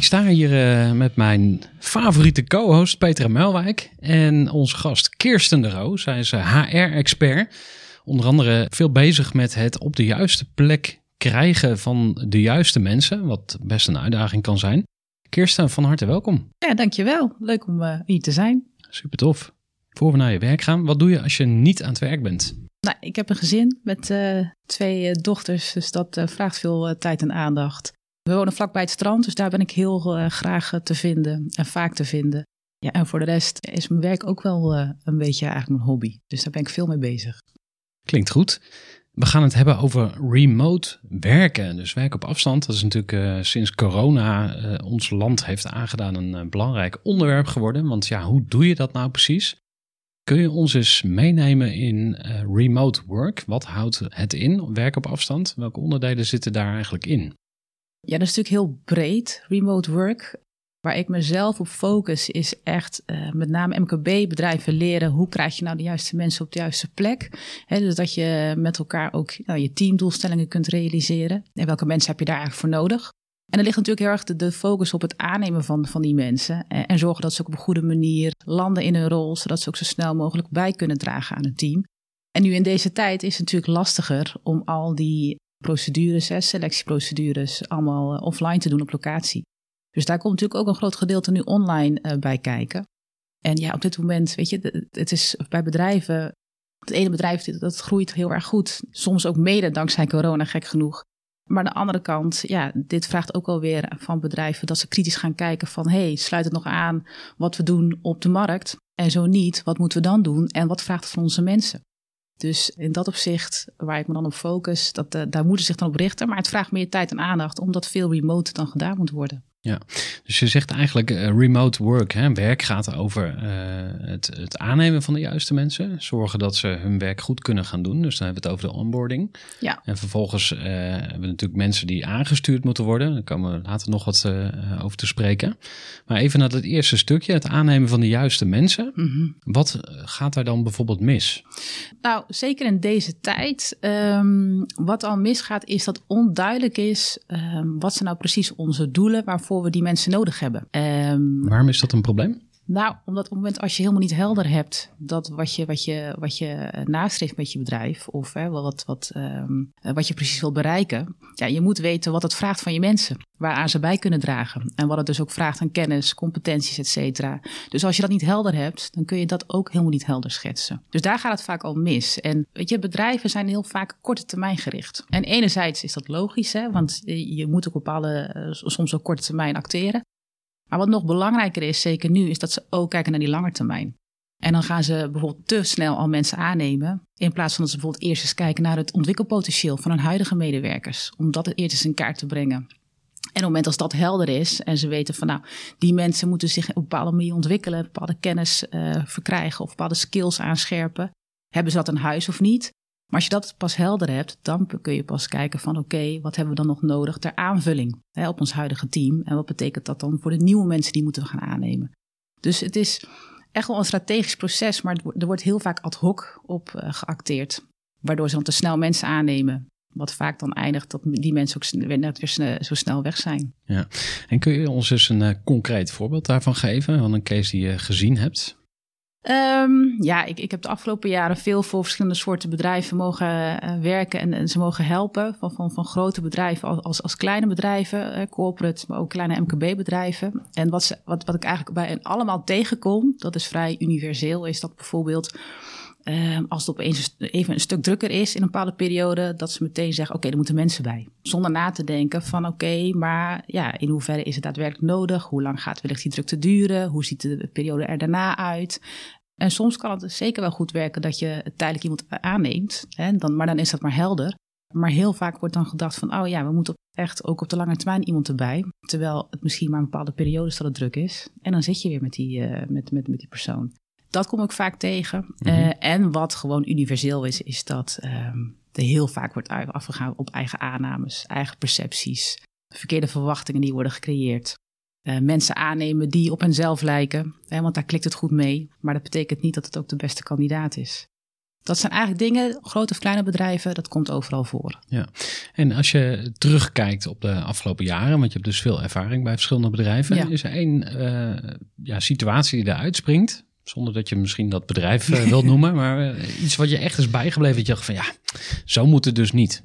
Ik sta hier met mijn favoriete co-host Petra Melwijk en onze gast Kirsten de Roo. Zij is HR-expert. Onder andere veel bezig met het op de juiste plek krijgen van de juiste mensen, wat best een uitdaging kan zijn. Kirsten, van harte welkom. Ja, dankjewel. Leuk om hier te zijn. Super tof. Voor we naar je werk gaan, wat doe je als je niet aan het werk bent? Nou, ik heb een gezin met 2 dochters, dus dat vraagt veel tijd en aandacht. We wonen vlakbij het strand, dus daar ben ik heel graag te vinden en vaak te vinden. Ja, en voor de rest is mijn werk ook wel een beetje eigenlijk mijn hobby. Dus daar ben ik veel mee bezig. Klinkt goed. We gaan het hebben over remote werken. Dus werk op afstand. Dat is natuurlijk sinds corona ons land heeft aangedaan een belangrijk onderwerp geworden. Want ja, hoe doe je dat nou precies? Kun je ons eens meenemen in remote work? Wat houdt het in, werk op afstand? Welke onderdelen zitten daar eigenlijk in? Ja, dat is natuurlijk heel breed, remote work. Waar ik mezelf op focus is echt met name MKB-bedrijven leren. Hoe krijg je nou de juiste mensen op de juiste plek? Dus dat je met elkaar ook je teamdoelstellingen kunt realiseren. En welke mensen heb je daar eigenlijk voor nodig? En er ligt natuurlijk heel erg de focus op het aannemen van die mensen. En zorgen dat ze ook op een goede manier landen in hun rol. Zodat ze ook zo snel mogelijk bij kunnen dragen aan het team. En nu in deze tijd is het natuurlijk lastiger om al die procedures, selectieprocedures, allemaal offline te doen op locatie. Dus daar komt natuurlijk ook een groot gedeelte nu online bij kijken. En ja, op dit moment, weet je, het is bij bedrijven, het ene bedrijf dat groeit heel erg goed. Soms ook mede dankzij corona, gek genoeg. Maar aan de andere kant, ja, dit vraagt ook alweer van bedrijven dat ze kritisch gaan kijken van, sluit het nog aan wat we doen op de markt? En zo niet, wat moeten we dan doen? En wat vraagt het van onze mensen? Dus in dat opzicht, waar ik me dan op focus, daar moeten ze zich dan op richten. Maar het vraagt meer tijd en aandacht, omdat veel remote dan gedaan moet worden. Ja, dus je zegt eigenlijk remote work. Werk gaat over het aannemen van de juiste mensen. Zorgen dat ze hun werk goed kunnen gaan doen. Dus dan hebben we het over de onboarding. Ja. En vervolgens hebben we natuurlijk mensen die aangestuurd moeten worden. Daar komen we later nog wat over te spreken. Maar even naar het eerste stukje, het aannemen van de juiste mensen. Mm-hmm. Wat gaat daar dan bijvoorbeeld mis? Nou, zeker in deze tijd. Wat al misgaat is dat onduidelijk is wat zijn nou precies onze doelen waarvoor we die mensen nodig hebben. Waarom is dat een probleem? Nou, omdat op het moment als je helemaal niet helder hebt dat wat je nastreeft met je bedrijf of wat je precies wil bereiken. Ja, je moet weten wat het vraagt van je mensen, waaraan ze bij kunnen dragen. En wat het dus ook vraagt aan kennis, competenties, et cetera. Dus als je dat niet helder hebt, dan kun je dat ook helemaal niet helder schetsen. Dus daar gaat het vaak al mis. En weet je, bedrijven zijn heel vaak korte termijn gericht. En enerzijds is dat logisch, want je moet ook soms ook korte termijn acteren. Maar wat nog belangrijker is, zeker nu, is dat ze ook kijken naar die lange termijn. En dan gaan ze bijvoorbeeld te snel al mensen aannemen, in plaats van dat ze bijvoorbeeld eerst eens kijken naar het ontwikkelpotentieel van hun huidige medewerkers. Om dat eerst eens in kaart te brengen. En op het moment als dat helder is en ze weten van die mensen moeten zich op een bepaalde manier ontwikkelen, bepaalde kennis verkrijgen of bepaalde skills aanscherpen. Hebben ze dat in huis of niet? Maar als je dat pas helder hebt, dan kun je pas kijken van oké, wat hebben we dan nog nodig ter aanvulling op ons huidige team? En wat betekent dat dan voor de nieuwe mensen die moeten we gaan aannemen? Dus het is echt wel een strategisch proces, maar er wordt heel vaak ad hoc op geacteerd. Waardoor ze dan te snel mensen aannemen. Wat vaak dan eindigt dat die mensen ook net weer zo snel weg zijn. Ja. En kun je ons eens een concreet voorbeeld daarvan geven? Van een case die je gezien hebt? Ik heb de afgelopen jaren veel voor verschillende soorten bedrijven mogen werken en ze mogen helpen. Van grote bedrijven als kleine bedrijven, corporate, maar ook kleine MKB-bedrijven. En wat ik eigenlijk bij hen allemaal tegenkom, dat is vrij universeel, is dat bijvoorbeeld als het opeens even een stuk drukker is in een bepaalde periode, dat ze meteen zeggen, oké, er moeten mensen bij. Zonder na te denken van maar in hoeverre is het daadwerkelijk nodig? Hoe lang gaat wellicht die drukte duren? Hoe ziet de periode er daarna uit? En soms kan het zeker wel goed werken dat je tijdelijk iemand aanneemt. Maar dan is dat maar helder. Maar heel vaak wordt dan gedacht van, we moeten echt ook op de lange termijn iemand erbij. Terwijl het misschien maar een bepaalde periode is dat het druk is. En dan zit je weer met die persoon. Dat kom ik vaak tegen. Mm-hmm. En wat gewoon universeel is dat er heel vaak wordt afgegaan op eigen aannames, eigen percepties, verkeerde verwachtingen die worden gecreëerd. Mensen aannemen die op henzelf lijken, want daar klikt het goed mee. Maar dat betekent niet dat het ook de beste kandidaat is. Dat zijn eigenlijk dingen, grote of kleine bedrijven, dat komt overal voor. Ja, en als je terugkijkt op de afgelopen jaren, want je hebt dus veel ervaring bij verschillende bedrijven. Is er één situatie die eruit springt, zonder dat je misschien dat bedrijf wilt noemen, maar iets wat je echt is bijgebleven, dat je dacht van zo moet het dus niet.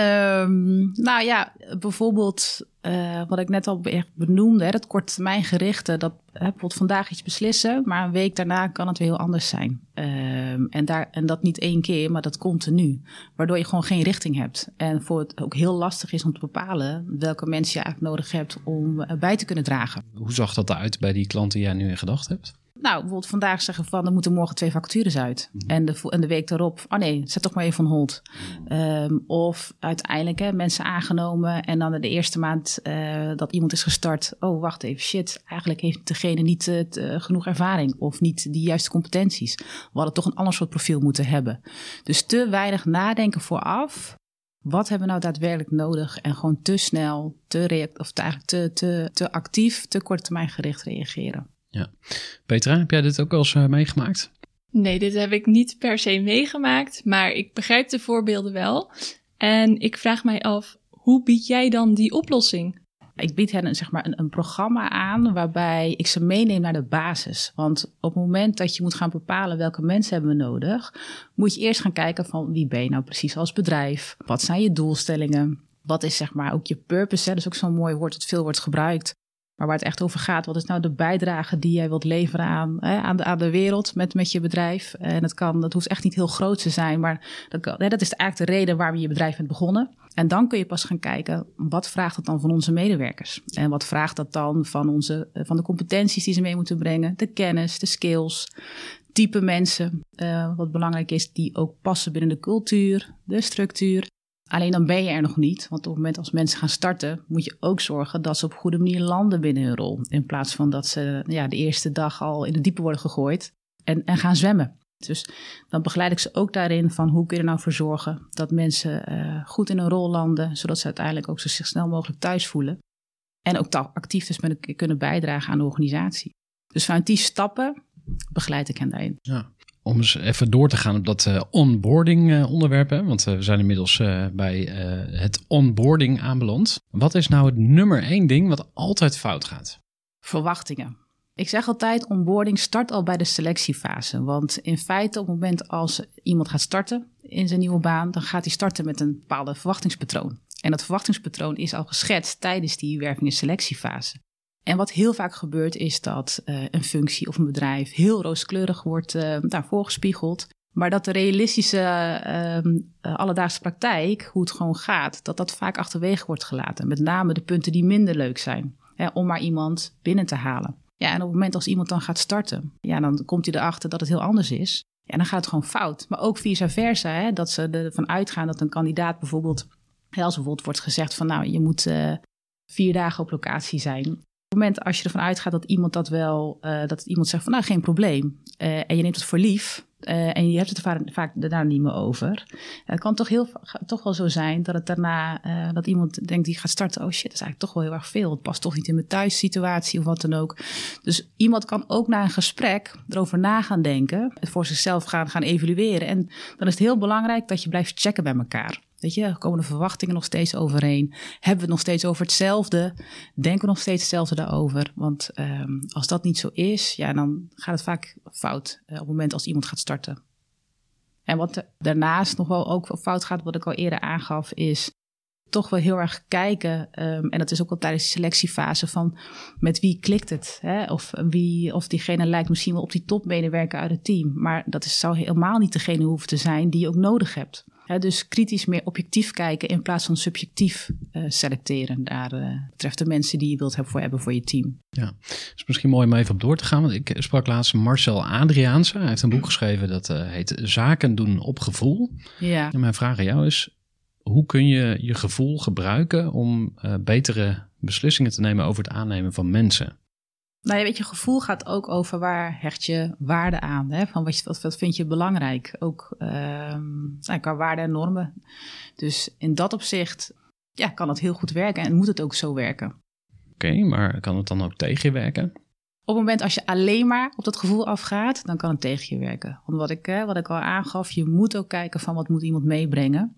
Bijvoorbeeld wat ik net al benoemde, dat korttermijngerichte, dat bijvoorbeeld vandaag iets beslissen, maar een week daarna kan het weer heel anders zijn. En dat niet 1 keer, maar dat continu. Waardoor je gewoon geen richting hebt. En voor het ook heel lastig is om te bepalen welke mensen je eigenlijk nodig hebt om bij te kunnen dragen. Hoe zag dat eruit bij die klanten die jij nu in gedacht hebt? Nou, bijvoorbeeld vandaag zeggen van, er moeten morgen 2 vacatures uit. En de week daarop, zet toch maar even on hold. Of uiteindelijk mensen aangenomen en dan de eerste maand dat iemand is gestart. Oh, wacht even, shit. Eigenlijk heeft degene niet genoeg ervaring of niet de juiste competenties. We hadden toch een ander soort profiel moeten hebben. Dus te weinig nadenken vooraf. Wat hebben we nou daadwerkelijk nodig? En gewoon te snel, te actief, te korte termijn gericht reageren. Ja. Petra, heb jij dit ook wel eens meegemaakt? Nee, dit heb ik niet per se meegemaakt, maar ik begrijp de voorbeelden wel. En ik vraag mij af, hoe bied jij dan die oplossing? Ik bied hen een programma aan waarbij ik ze meeneem naar de basis. Want op het moment dat je moet gaan bepalen welke mensen hebben we nodig, moet je eerst gaan kijken van wie ben je nou precies als bedrijf? Wat zijn je doelstellingen? Wat is ook je purpose? Dat is ook zo'n mooi woord dat veel wordt gebruikt. Maar waar het echt over gaat, wat is nou de bijdrage die jij wilt leveren aan de wereld met je bedrijf? En dat hoeft echt niet heel groot te zijn, maar dat is eigenlijk de reden waarom je je bedrijf bent begonnen. En dan kun je pas gaan kijken, wat vraagt dat dan van onze medewerkers? En wat vraagt dat dan van de competenties die ze mee moeten brengen? De kennis, de skills, type mensen. Wat belangrijk is, die ook passen binnen de cultuur, de structuur. Alleen dan ben je er nog niet, want op het moment als mensen gaan starten, moet je ook zorgen dat ze op een goede manier landen binnen hun rol. In plaats van dat ze de eerste dag al in het diepe worden gegooid en gaan zwemmen. Dus dan begeleid ik ze ook daarin van hoe kun je er nou voor zorgen dat mensen goed in hun rol landen, zodat ze uiteindelijk ook zich snel mogelijk thuis voelen. En ook actief dus kunnen bijdragen aan de organisatie. Dus vanuit die stappen begeleid ik hen daarin. Ja. Om eens even door te gaan op dat onboarding onderwerp. Want we zijn inmiddels bij het onboarding aanbeland. Wat is nou het nummer 1 ding wat altijd fout gaat? Verwachtingen. Ik zeg altijd, onboarding start al bij de selectiefase. Want in feite op het moment als iemand gaat starten in zijn nieuwe baan, dan gaat hij starten met een bepaalde verwachtingspatroon. En dat verwachtingspatroon is al geschetst tijdens die werving- en selectiefase. En wat heel vaak gebeurt is dat een functie of een bedrijf heel rooskleurig wordt daarvoor gespiegeld. Maar dat de realistische alledaagse praktijk, hoe het gewoon gaat, dat vaak achterwege wordt gelaten. Met name de punten die minder leuk zijn, om maar iemand binnen te halen. Ja, en op het moment als iemand dan gaat starten, dan komt hij erachter dat het heel anders is. En dan gaat het gewoon fout. Maar ook vice versa, dat ze ervan uitgaan dat een kandidaat bijvoorbeeld, als bijvoorbeeld wordt gezegd van je moet 4 dagen op locatie zijn. Op het moment als je ervan uitgaat dat iemand dat iemand zegt van geen probleem. En je neemt het voor lief. En je hebt het vaak daarna niet meer over. Het kan toch wel zo zijn dat het daarna dat iemand denkt die gaat starten. Oh shit, dat is eigenlijk toch wel heel erg veel. Het past toch niet in mijn thuissituatie of wat dan ook. Dus iemand kan ook na een gesprek erover na gaan denken. Het voor zichzelf gaan evalueren. En dan is het heel belangrijk dat je blijft checken bij elkaar. Weet je, komen de verwachtingen nog steeds overeen? Hebben we het nog steeds over hetzelfde? Denken we nog steeds hetzelfde daarover? Want als dat niet zo is, dan gaat het vaak fout op het moment als iemand gaat starten. En wat daarnaast nog wel ook fout gaat, wat ik al eerder aangaf, is toch wel heel erg kijken. En dat is ook al tijdens de selectiefase van met wie klikt het? Hè? Of diegene lijkt misschien wel op die topmedewerker uit het team. Maar dat zou helemaal niet degene hoeven te zijn die je ook nodig hebt. Dus kritisch meer objectief kijken in plaats van subjectief selecteren. Daar betreft de mensen die je wilt hebben voor je team. Ja, het is misschien mooi om even op door te gaan. Want ik sprak laatst Marcel Adriaanse. Hij heeft een boek geschreven dat heet Zaken doen op gevoel. Ja. En mijn vraag aan jou is, hoe kun je je gevoel gebruiken om betere beslissingen te nemen over het aannemen van mensen? Nou, je weet, je gevoel gaat ook over waar hecht je waarde aan. Hè? Van wat vind je belangrijk? Ook qua waarden en normen. Dus in dat opzicht kan het heel goed werken en moet het ook zo werken. Oké, maar kan het dan ook tegen je werken? Op het moment als je alleen maar op dat gevoel afgaat, dan kan het tegen je werken. Want wat ik al aangaf, je moet ook kijken van wat moet iemand meebrengen.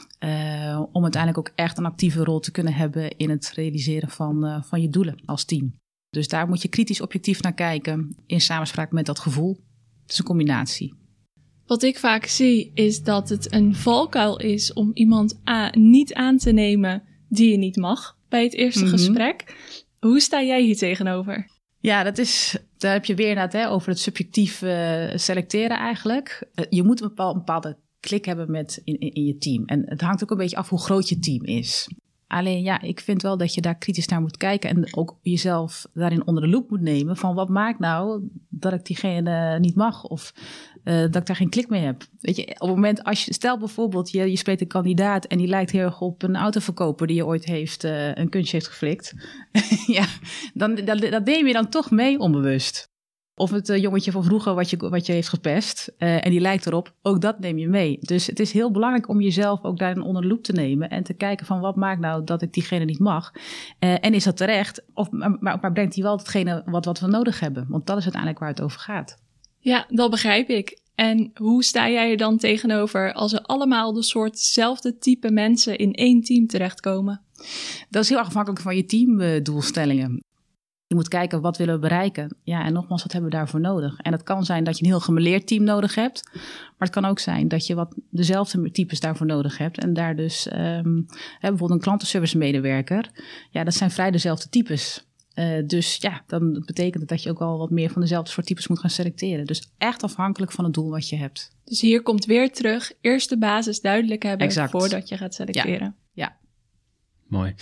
Om uiteindelijk ook echt een actieve rol te kunnen hebben in het realiseren van je doelen als team. Dus daar moet je kritisch objectief naar kijken in samenspraak met dat gevoel. Het is een combinatie. Wat ik vaak zie is dat het een valkuil is om iemand niet aan te nemen die je niet mag bij het eerste gesprek. Hoe sta jij hier tegenover? Ja, daar heb je weer inderdaad over het subjectief selecteren eigenlijk. Je moet een bepaalde klik hebben in je team. En het hangt ook een beetje af hoe groot je team is. Alleen ja, ik vind wel dat je daar kritisch naar moet kijken en ook jezelf daarin onder de loep moet nemen van wat maakt nou dat ik diegene niet mag of dat ik daar geen klik mee heb. Weet je, op het moment stel bijvoorbeeld je spreekt een kandidaat en die lijkt heel erg op een autoverkoper die je ooit een kunstje heeft geflikt. Ja, dat neem je dan toch mee onbewust. Of het jongetje van vroeger wat je heeft gepest en die lijkt erop, ook dat neem je mee. Dus het is heel belangrijk om jezelf ook daarin onder de loep te nemen en te kijken van wat maakt nou dat ik diegene niet mag. En is dat terecht? Maar brengt hij wel hetgene wat we nodig hebben? Want dat is uiteindelijk waar het over gaat. Ja, dat begrijp ik. En hoe sta jij er dan tegenover als er allemaal de soortzelfde type mensen in één team terechtkomen? Dat is heel afhankelijk van je teamdoelstellingen. Je moet kijken, wat willen we bereiken? Ja, en nogmaals, wat hebben we daarvoor nodig? En het kan zijn dat je een heel gemêleerd team nodig hebt. Maar het kan ook zijn dat je dezelfde types daarvoor nodig hebt. En daar dus bijvoorbeeld een klantenservice medewerker. Ja, dat zijn vrij dezelfde types. Dus ja, dan betekent het dat je ook al wat meer van dezelfde soort types moet gaan selecteren. Dus echt afhankelijk van het doel wat je hebt. Dus hier komt weer terug, eerst de basis duidelijk hebben voordat je gaat selecteren. Ja. Mooi.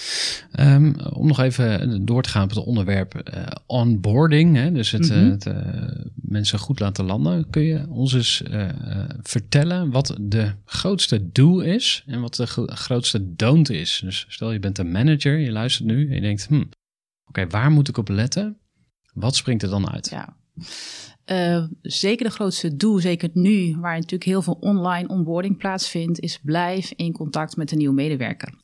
Om nog even door te gaan op het onderwerp onboarding. Hè? Dus het mensen goed laten landen. Kun je ons eens vertellen wat de grootste do is en wat de grootste don't is? Dus stel je bent een manager, je luistert nu en je denkt... Oké, waar moet ik op letten? Wat springt er dan uit? Ja. Zeker de grootste doel, zeker nu, waar natuurlijk heel veel online onboarding plaatsvindt, is blijf in contact met een nieuwe medewerker.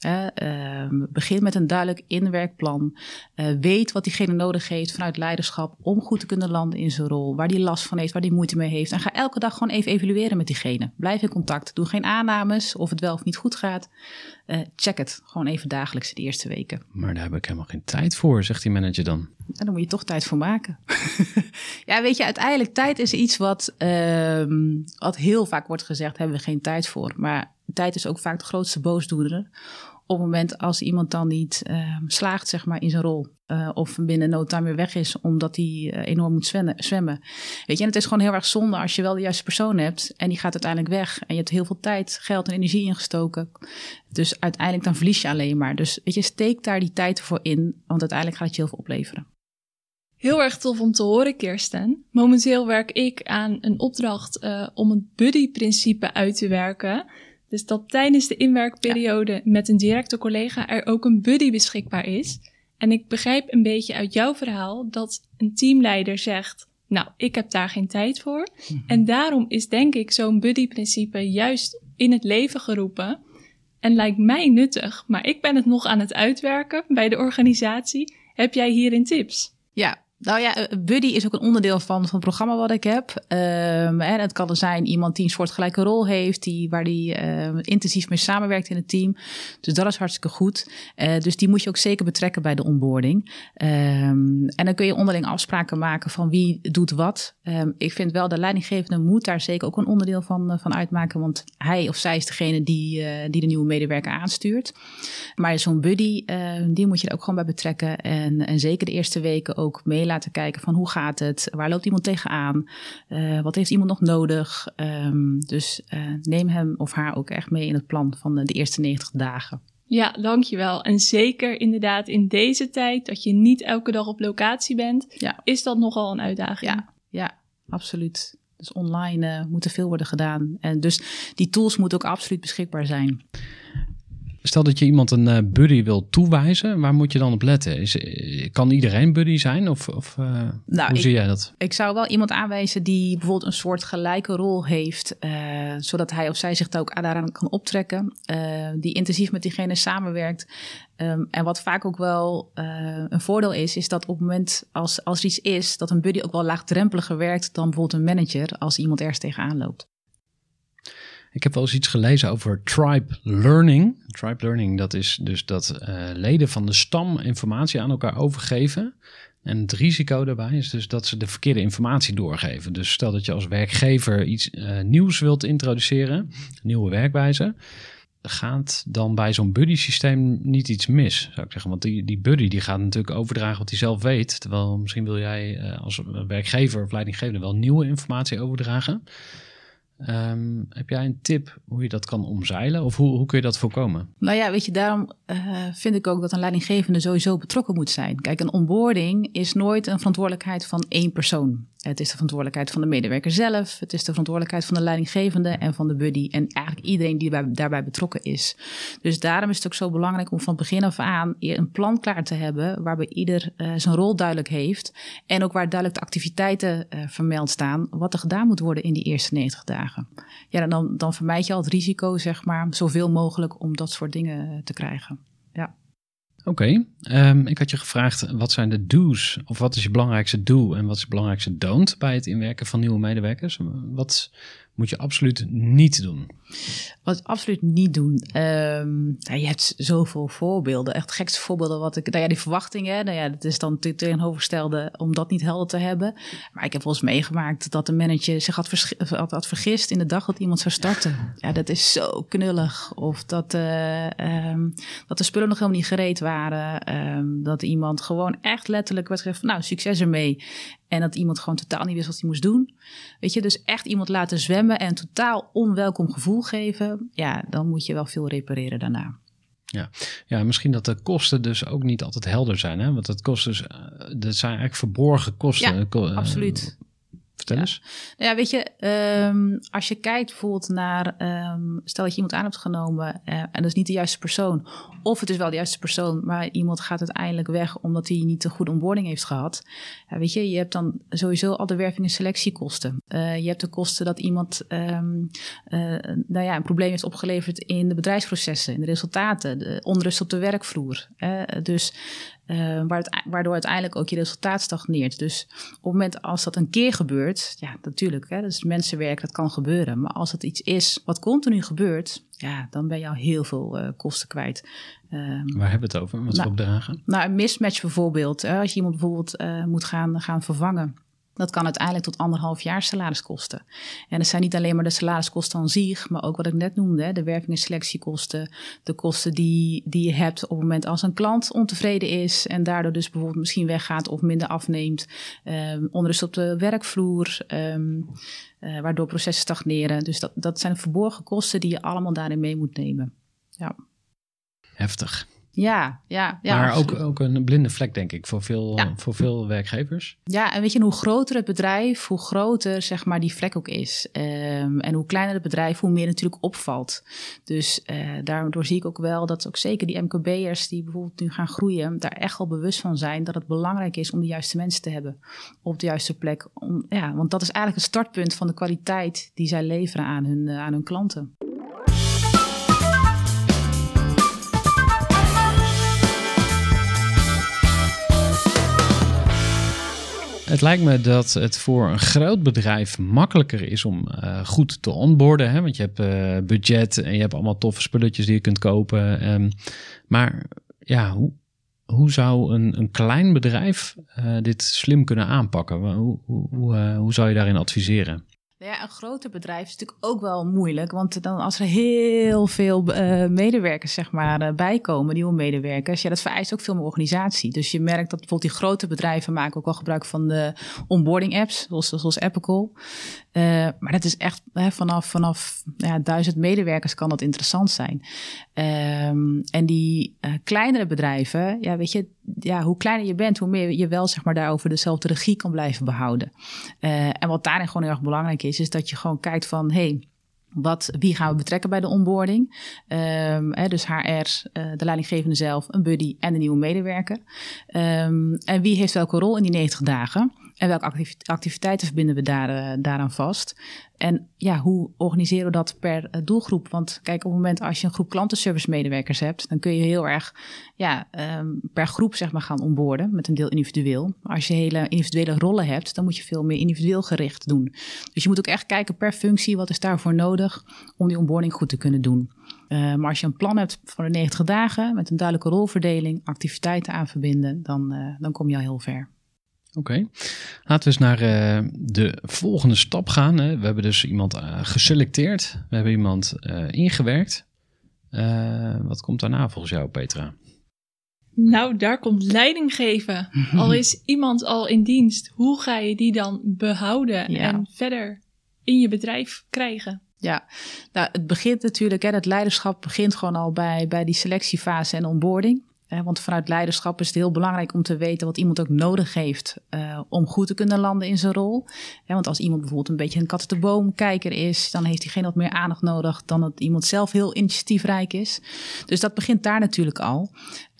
Begin met een duidelijk inwerkplan. Weet wat diegene nodig heeft vanuit leiderschap om goed te kunnen landen in zijn rol. Waar die last van heeft, waar die moeite mee heeft. En ga elke dag gewoon even evalueren met diegene. Blijf in contact. Doe geen aannames of het wel of niet goed gaat. Check het gewoon even dagelijks de eerste weken. Maar daar heb ik helemaal geen tijd voor, zegt die manager dan. En daar moet je toch tijd voor maken. Ja, weet je, uiteindelijk tijd is iets wat heel vaak wordt gezegd, hebben we geen tijd voor. Maar tijd is ook vaak de grootste boosdoener. Op het moment als iemand dan niet slaagt, zeg maar, in zijn rol. Of binnen no time weer weg is, omdat hij enorm moet zwemmen. Weet je, en het is gewoon heel erg zonde als je wel de juiste persoon hebt en die gaat uiteindelijk weg. En je hebt heel veel tijd, geld en energie ingestoken. Dus uiteindelijk dan verlies je alleen maar. Dus weet je, steek daar die tijd voor in, want uiteindelijk gaat het je heel veel opleveren. Heel erg tof om te horen, Kirsten. Momenteel werk ik aan een opdracht om het buddy-principe uit te werken. Dus dat tijdens de inwerkperiode met een directe collega er ook een buddy beschikbaar is. En ik begrijp een beetje uit jouw verhaal dat een teamleider zegt, nou, ik heb daar geen tijd voor. Mm-hmm. En daarom is denk ik zo'n buddy-principe juist in het leven geroepen. En lijkt mij nuttig, maar ik ben het nog aan het uitwerken bij de organisatie. Heb jij hierin tips? Ja. Nou ja, buddy is ook een onderdeel van het programma wat ik heb. Het kan er zijn iemand die een soortgelijke rol heeft, waar die intensief mee samenwerkt in het team. Dus dat is hartstikke goed. Dus die moet je ook zeker betrekken bij de onboarding. En dan kun je onderling afspraken maken van wie doet wat. Ik vind wel, de leidinggevende moet daar zeker ook een onderdeel van uitmaken, want hij of zij is degene die de nieuwe medewerker aanstuurt. Maar zo'n buddy, die moet je er ook gewoon bij betrekken. En zeker de eerste weken ook mee laten kijken van hoe gaat het? Waar loopt iemand tegenaan? Wat heeft iemand nog nodig? Dus neem hem of haar ook echt mee in het plan van de eerste 90 dagen. Ja, dankjewel. En zeker inderdaad in deze tijd dat je niet elke dag op locatie bent, is dat nogal een uitdaging. Ja, absoluut. Dus online moet er veel worden gedaan. En dus die tools moeten ook absoluut beschikbaar zijn. Stel dat je iemand een buddy wil toewijzen, waar moet je dan op letten? Kan iedereen buddy zijn? Of hoe zie jij dat? Ik zou wel iemand aanwijzen die bijvoorbeeld een soort gelijke rol heeft, zodat hij of zij zich daar ook daaraan kan optrekken, die intensief met diegene samenwerkt. En wat vaak ook wel een voordeel is dat op het moment als er iets is, dat een buddy ook wel laagdrempeliger werkt dan bijvoorbeeld een manager als iemand ergens tegenaan loopt. Ik heb wel eens iets gelezen over tribe learning. Tribe learning, dat is dus dat leden van de stam informatie aan elkaar overgeven. En het risico daarbij is dus dat ze de verkeerde informatie doorgeven. Dus stel dat je als werkgever iets nieuws wilt introduceren, een nieuwe werkwijze, gaat dan bij zo'n buddy systeem niet iets mis, zou ik zeggen. Want die buddy die gaat natuurlijk overdragen wat hij zelf weet. Terwijl misschien wil jij als werkgever of leidinggevende wel nieuwe informatie overdragen. Heb jij een tip hoe je dat kan omzeilen? Of hoe kun je dat voorkomen? Nou ja, weet je, daarom vind ik ook dat een leidinggevende sowieso betrokken moet zijn. Kijk, een onboarding is nooit een verantwoordelijkheid van één persoon. Het is de verantwoordelijkheid van de medewerker zelf. Het is de verantwoordelijkheid van de leidinggevende en van de buddy. En eigenlijk iedereen die daarbij betrokken is. Dus daarom is het ook zo belangrijk om van begin af aan een plan klaar te hebben, waarbij ieder zijn rol duidelijk heeft. En ook waar duidelijk de activiteiten vermeld staan, wat er gedaan moet worden in die eerste 90 dagen. Ja, dan vermijd je al het risico, zeg maar, zoveel mogelijk om dat soort dingen te krijgen. Ja. Oké, ik had je gevraagd, wat zijn de do's? Of wat is je belangrijkste do en wat is je belangrijkste don't bij het inwerken van nieuwe medewerkers? Wat moet je absoluut niet doen? Wat absoluut niet doen? Je hebt zoveel voorbeelden. Echt de gekste voorbeelden die verwachtingen. Dat is dan tegenovergestelde om dat niet helder te hebben. Maar ik heb wel eens meegemaakt dat de manager zich had vergist in de dag dat iemand zou starten. Ja, dat is zo knullig. Of dat de spullen nog helemaal niet gereed waren. Dat iemand gewoon echt letterlijk werd gezegd van, nou, succes ermee. En dat iemand gewoon totaal niet wist wat hij moest doen. Weet je, dus echt iemand laten zwemmen en een totaal onwelkom gevoel geven. Ja, dan moet je wel veel repareren daarna. Ja, misschien dat de kosten dus ook niet altijd helder zijn. Hè? Want dat zijn eigenlijk verborgen kosten. Ja, absoluut. Vertel eens. Ja, weet je, als je kijkt bijvoorbeeld naar, stel dat je iemand aan hebt genomen en dat is niet de juiste persoon. Of het is wel de juiste persoon, maar iemand gaat uiteindelijk weg omdat hij niet een goede onboarding heeft gehad. Ja, weet je hebt dan sowieso al de werving- en selectiekosten. Je hebt de kosten dat iemand een probleem heeft opgeleverd in de bedrijfsprocessen, in de resultaten, de onrust op de werkvloer. Dus waardoor uiteindelijk ook je resultaat stagneert. Dus op het moment als dat een keer gebeurt, ja, natuurlijk, dat is mensenwerk, dat kan gebeuren. Maar als het iets is wat continu gebeurt, ja, dan ben je al heel veel kosten kwijt. Waar hebben we het over? Wat opdragen? Nou, een mismatch bijvoorbeeld. Als je iemand bijvoorbeeld moet gaan vervangen. Dat kan uiteindelijk tot 1,5 jaar salaris kosten. En dat zijn niet alleen maar de salariskosten aan zich, maar ook wat ik net noemde, de werving- en selectiekosten, de kosten die je hebt op het moment als een klant ontevreden is en daardoor dus bijvoorbeeld misschien weggaat of minder afneemt, onrust op de werkvloer, waardoor processen stagneren. Dus dat zijn verborgen kosten die je allemaal daarin mee moet nemen. Ja. Heftig. Ja. Maar ook een blinde vlek, denk ik, voor veel werkgevers. Ja, en weet je, hoe groter het bedrijf, hoe groter zeg maar die vlek ook is. En hoe kleiner het bedrijf, hoe meer natuurlijk opvalt. Dus daardoor zie ik ook wel dat ook zeker die MKB'ers die bijvoorbeeld nu gaan groeien, daar echt wel bewust van zijn dat het belangrijk is om de juiste mensen te hebben op de juiste plek. Want dat is eigenlijk het startpunt van de kwaliteit die zij leveren aan hun klanten. Het lijkt me dat het voor een groot bedrijf makkelijker is om goed te onboarden. Hè? Want je hebt budget en je hebt allemaal toffe spulletjes die je kunt kopen. Maar ja, hoe zou een klein bedrijf dit slim kunnen aanpakken? Hoe zou je daarin adviseren? Ja, een groter bedrijf is natuurlijk ook wel moeilijk. Want dan als er heel veel medewerkers zeg maar, bijkomen, nieuwe medewerkers, ja, dat vereist ook veel meer organisatie. Dus je merkt dat bijvoorbeeld die grote bedrijven maken ook wel gebruik van de onboarding apps, zoals Apple. Maar dat is echt vanaf 1000 medewerkers kan dat interessant zijn. En die kleinere bedrijven, ja, weet je, ja, hoe kleiner je bent, hoe meer je wel zeg maar daarover dezelfde regie kan blijven behouden. En wat daarin gewoon heel erg belangrijk is dat je gewoon kijkt van, Wie gaan we betrekken bij de onboarding? Dus HR, de leidinggevende zelf, een buddy en een nieuwe medewerker. En wie heeft welke rol in die 90 dagen? En welke activiteiten verbinden we daaraan vast? En hoe organiseren we dat per doelgroep? Want kijk, op het moment als je een groep klantenservice medewerkers hebt, dan kun je heel erg per groep zeg maar gaan onboarden met een deel individueel. Maar als je hele individuele rollen hebt, dan moet je veel meer individueel gericht doen. Dus je moet ook echt kijken per functie, wat is daarvoor nodig om die onboarding goed te kunnen doen. Maar als je een plan hebt voor de 90 dagen met een duidelijke rolverdeling, activiteiten aan verbinden, dan kom je al heel ver. Oké. Laten we eens naar de volgende stap gaan. Hè. We hebben dus iemand geselecteerd. We hebben iemand ingewerkt. Wat komt daarna volgens jou, Petra? Nou, daar komt leiding geven. Al is iemand al in dienst, hoe ga je die dan behouden en verder in je bedrijf krijgen? Ja, nou, het begint natuurlijk, het leiderschap begint gewoon al bij die selectiefase en onboarding. Want vanuit leiderschap is het heel belangrijk om te weten wat iemand ook nodig heeft om goed te kunnen landen in zijn rol. Want als iemand bijvoorbeeld een beetje een kat uit de boom kijker is, dan heeft diegene wat meer aandacht nodig dan dat iemand zelf heel initiatiefrijk is. Dus dat begint daar natuurlijk al.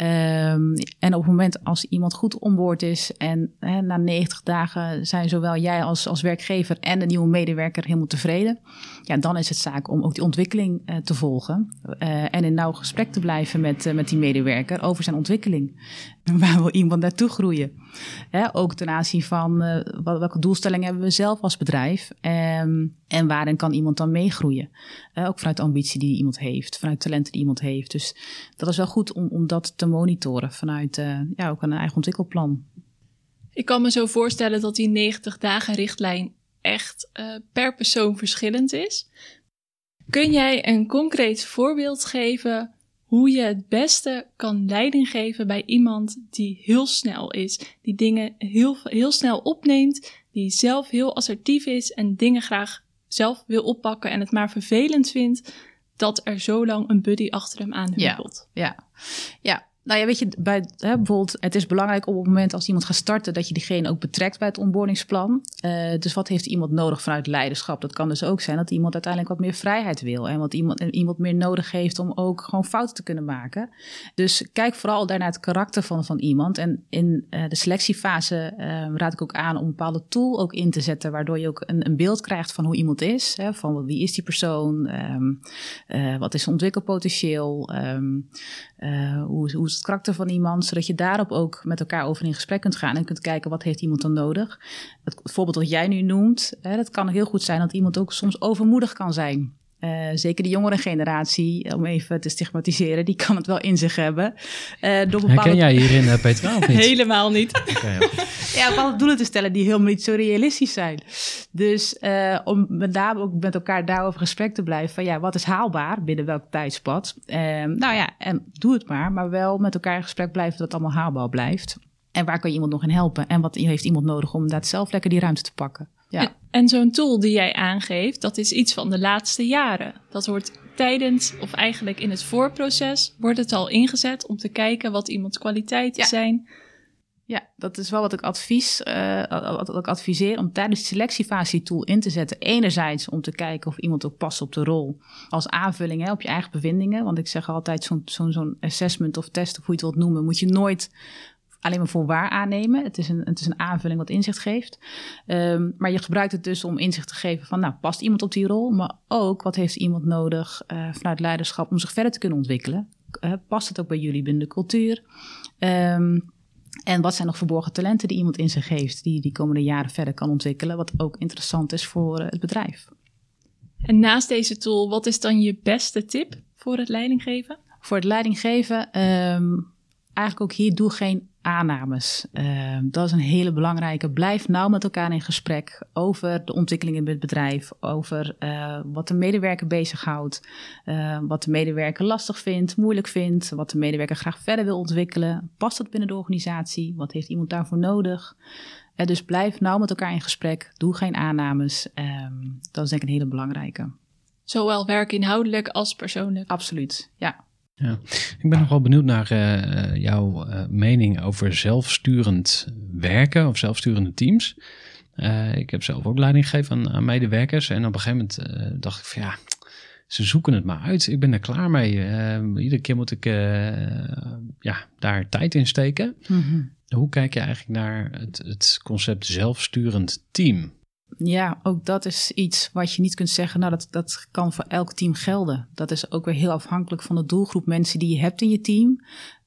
En op het moment als iemand goed onboord is en na 90 dagen zijn zowel jij als werkgever en de nieuwe medewerker helemaal tevreden. Ja, dan is het zaak om ook die ontwikkeling te volgen. En in nauw gesprek te blijven met die medewerker over zijn ontwikkeling. Waar wil iemand naartoe groeien? Ook ten aanzien van welke doelstellingen hebben we zelf als bedrijf. En waarin kan iemand dan meegroeien? Ook vanuit de ambitie die iemand heeft, vanuit talenten die iemand heeft. Dus dat is wel goed om dat te monitoren vanuit ook een eigen ontwikkelplan. Ik kan me zo voorstellen dat die 90 dagen richtlijn echt per persoon verschillend is. Kun jij een concreet voorbeeld geven hoe je het beste kan leiding geven bij iemand die heel snel is, die dingen heel snel opneemt, die zelf heel assertief is en dingen graag zelf wil oppakken en het maar vervelend vindt dat er zo lang een buddy achter hem aan huppelt? Ja. Nou ja, weet je, bijvoorbeeld, het is belangrijk op het moment als iemand gaat starten dat je diegene ook betrekt bij het onboardingsplan. Dus wat heeft iemand nodig vanuit leiderschap? Dat kan dus ook zijn dat iemand uiteindelijk wat meer vrijheid wil en wat iemand meer nodig heeft om ook gewoon fouten te kunnen maken. Dus kijk vooral daar naar het karakter van iemand. En in de selectiefase raad ik ook aan om een bepaalde tool ook in te zetten, waardoor je ook een beeld krijgt van hoe iemand is. Van wie is die persoon? Wat is zijn ontwikkelpotentieel? Hoe is het karakter van iemand, zodat je daarop ook met elkaar over in gesprek kunt gaan en kunt kijken wat heeft iemand dan nodig. Het voorbeeld wat jij nu noemt, dat kan heel goed zijn dat iemand ook soms overmoedig kan zijn. Zeker de jongere generatie, om even te stigmatiseren, die kan het wel in zich hebben. Herken jij hierin, Petra, of niet? Helemaal niet. Okay, bepaalde doelen te stellen die helemaal niet zo realistisch zijn. Dus om met name ook met elkaar daarover gesprek te blijven van wat is haalbaar binnen welk tijdspad. En doe het maar wel met elkaar in gesprek blijven dat het allemaal haalbaar blijft. En waar kan je iemand nog in helpen? En wat heeft iemand nodig om inderdaad zelf lekker die ruimte te pakken? Ja. En zo'n tool die jij aangeeft, dat is iets van de laatste jaren. Dat wordt tijdens, of eigenlijk in het voorproces, wordt het al ingezet om te kijken wat iemands kwaliteiten zijn. Ja, dat is wel wat ik adviseer om tijdens de selectiefase die tool in te zetten. Enerzijds om te kijken of iemand ook past op de rol als aanvulling op je eigen bevindingen. Want ik zeg altijd, zo'n assessment of test, of hoe je het wilt noemen, moet je nooit alleen maar voor waar aannemen. Het is een aanvulling wat inzicht geeft. Maar je gebruikt het dus om inzicht te geven van, past iemand op die rol? Maar ook, wat heeft iemand nodig vanuit leiderschap om zich verder te kunnen ontwikkelen? Past het ook bij jullie binnen de cultuur? En wat zijn nog verborgen talenten die iemand in zich heeft, die die komende jaren verder kan ontwikkelen, wat ook interessant is voor het bedrijf. En naast deze tool, wat is dan je beste tip voor het leidinggeven? Voor het leidinggeven, eigenlijk ook hier, doe geen aannames. Dat is een hele belangrijke. Blijf nauw met elkaar in gesprek over de ontwikkelingen in het bedrijf, over wat de medewerker bezighoudt, wat de medewerker lastig vindt, moeilijk vindt, wat de medewerker graag verder wil ontwikkelen. Past dat binnen de organisatie? Wat heeft iemand daarvoor nodig? Dus blijf nauw met elkaar in gesprek. Doe geen aannames. Dat is denk ik een hele belangrijke. Zowel werkinhoudelijk als persoonlijk. Absoluut, ja. Ja, ik ben nog wel benieuwd naar jouw mening over zelfsturend werken of zelfsturende teams. Ik heb zelf ook leiding gegeven aan medewerkers en op een gegeven moment dacht ik van ze zoeken het maar uit. Ik ben er klaar mee. Iedere keer moet ik daar tijd in steken. Mm-hmm. Hoe kijk je eigenlijk naar het concept zelfsturend team? Ja, ook dat is iets wat je niet kunt zeggen, nou dat kan voor elk team gelden. Dat is ook weer heel afhankelijk van de doelgroep mensen die je hebt in je team.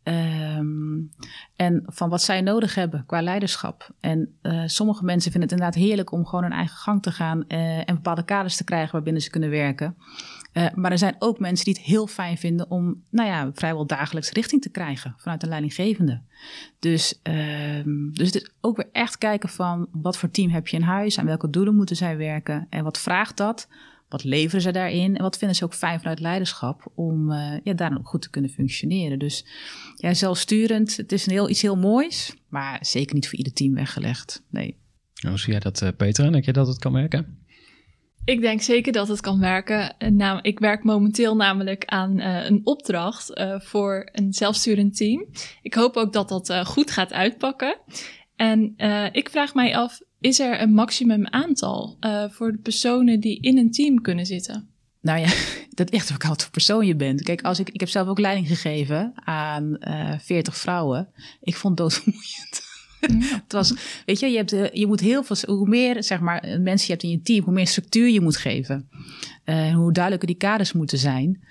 En van wat zij nodig hebben qua leiderschap. En sommige mensen vinden het inderdaad heerlijk om gewoon hun eigen gang te gaan en bepaalde kaders te krijgen waarbinnen ze kunnen werken. Maar er zijn ook mensen die het heel fijn vinden om vrijwel dagelijks richting te krijgen vanuit een leidinggevende. Dus het is ook weer echt kijken van wat voor team heb je in huis, aan welke doelen moeten zij werken en wat vraagt dat? Wat leveren ze daarin en wat vinden ze ook fijn vanuit leiderschap om daar ook goed te kunnen functioneren. Dus zelfsturend, het is iets heel moois, maar zeker niet voor ieder team weggelegd. Nee. Hoe zie jij dat, Petra? Denk je dat het kan werken? Ik denk zeker dat het kan werken. Ik werk momenteel namelijk aan een opdracht voor een zelfsturend team. Ik hoop ook dat dat goed gaat uitpakken. En ik vraag mij af, is er een maximum aantal voor de personen die in een team kunnen zitten? Nou ja, dat ligt ook wat voor persoon je bent. Kijk, ik heb zelf ook leiding gegeven aan 40 vrouwen. Ik vond het doodvermoeiend. Het was, weet je moet heel veel, hoe meer mensen je hebt in je team, hoe meer structuur je moet geven. Hoe duidelijker die kaders moeten zijn.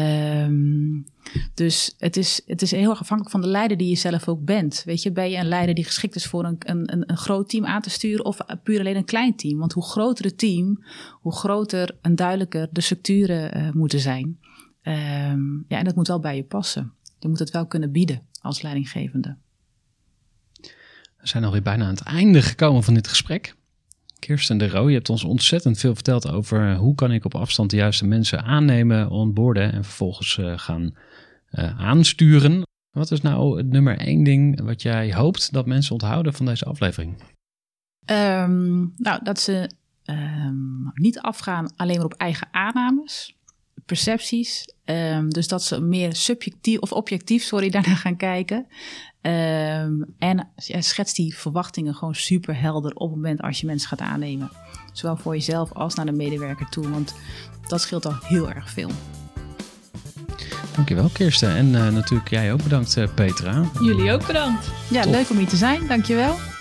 Dus het is heel erg afhankelijk van de leider die je zelf ook bent. Weet je, ben je een leider die geschikt is voor een groot team aan te sturen of puur alleen een klein team? Want hoe groter het team, hoe groter en duidelijker de structuren moeten zijn. En dat moet wel bij je passen. Je moet het wel kunnen bieden als leidinggevende. We zijn alweer bijna aan het einde gekomen van dit gesprek. Kirsten de Roo, je hebt ons ontzettend veel verteld over hoe kan ik op afstand de juiste mensen aannemen, onboarden en vervolgens gaan aansturen. Wat is nou het nummer 1 ding wat jij hoopt dat mensen onthouden van deze aflevering? Dat ze niet afgaan alleen maar op eigen aannames, percepties. Dus dat ze meer subjectief of objectief, daarna gaan kijken. En schets die verwachtingen gewoon super helder op het moment als je mensen gaat aannemen. Zowel voor jezelf als naar de medewerker toe, want dat scheelt al heel erg veel. Dankjewel Kirsten en natuurlijk jij ook bedankt Petra. Jullie ook bedankt. Ja, Top. Leuk om hier te zijn, dankjewel.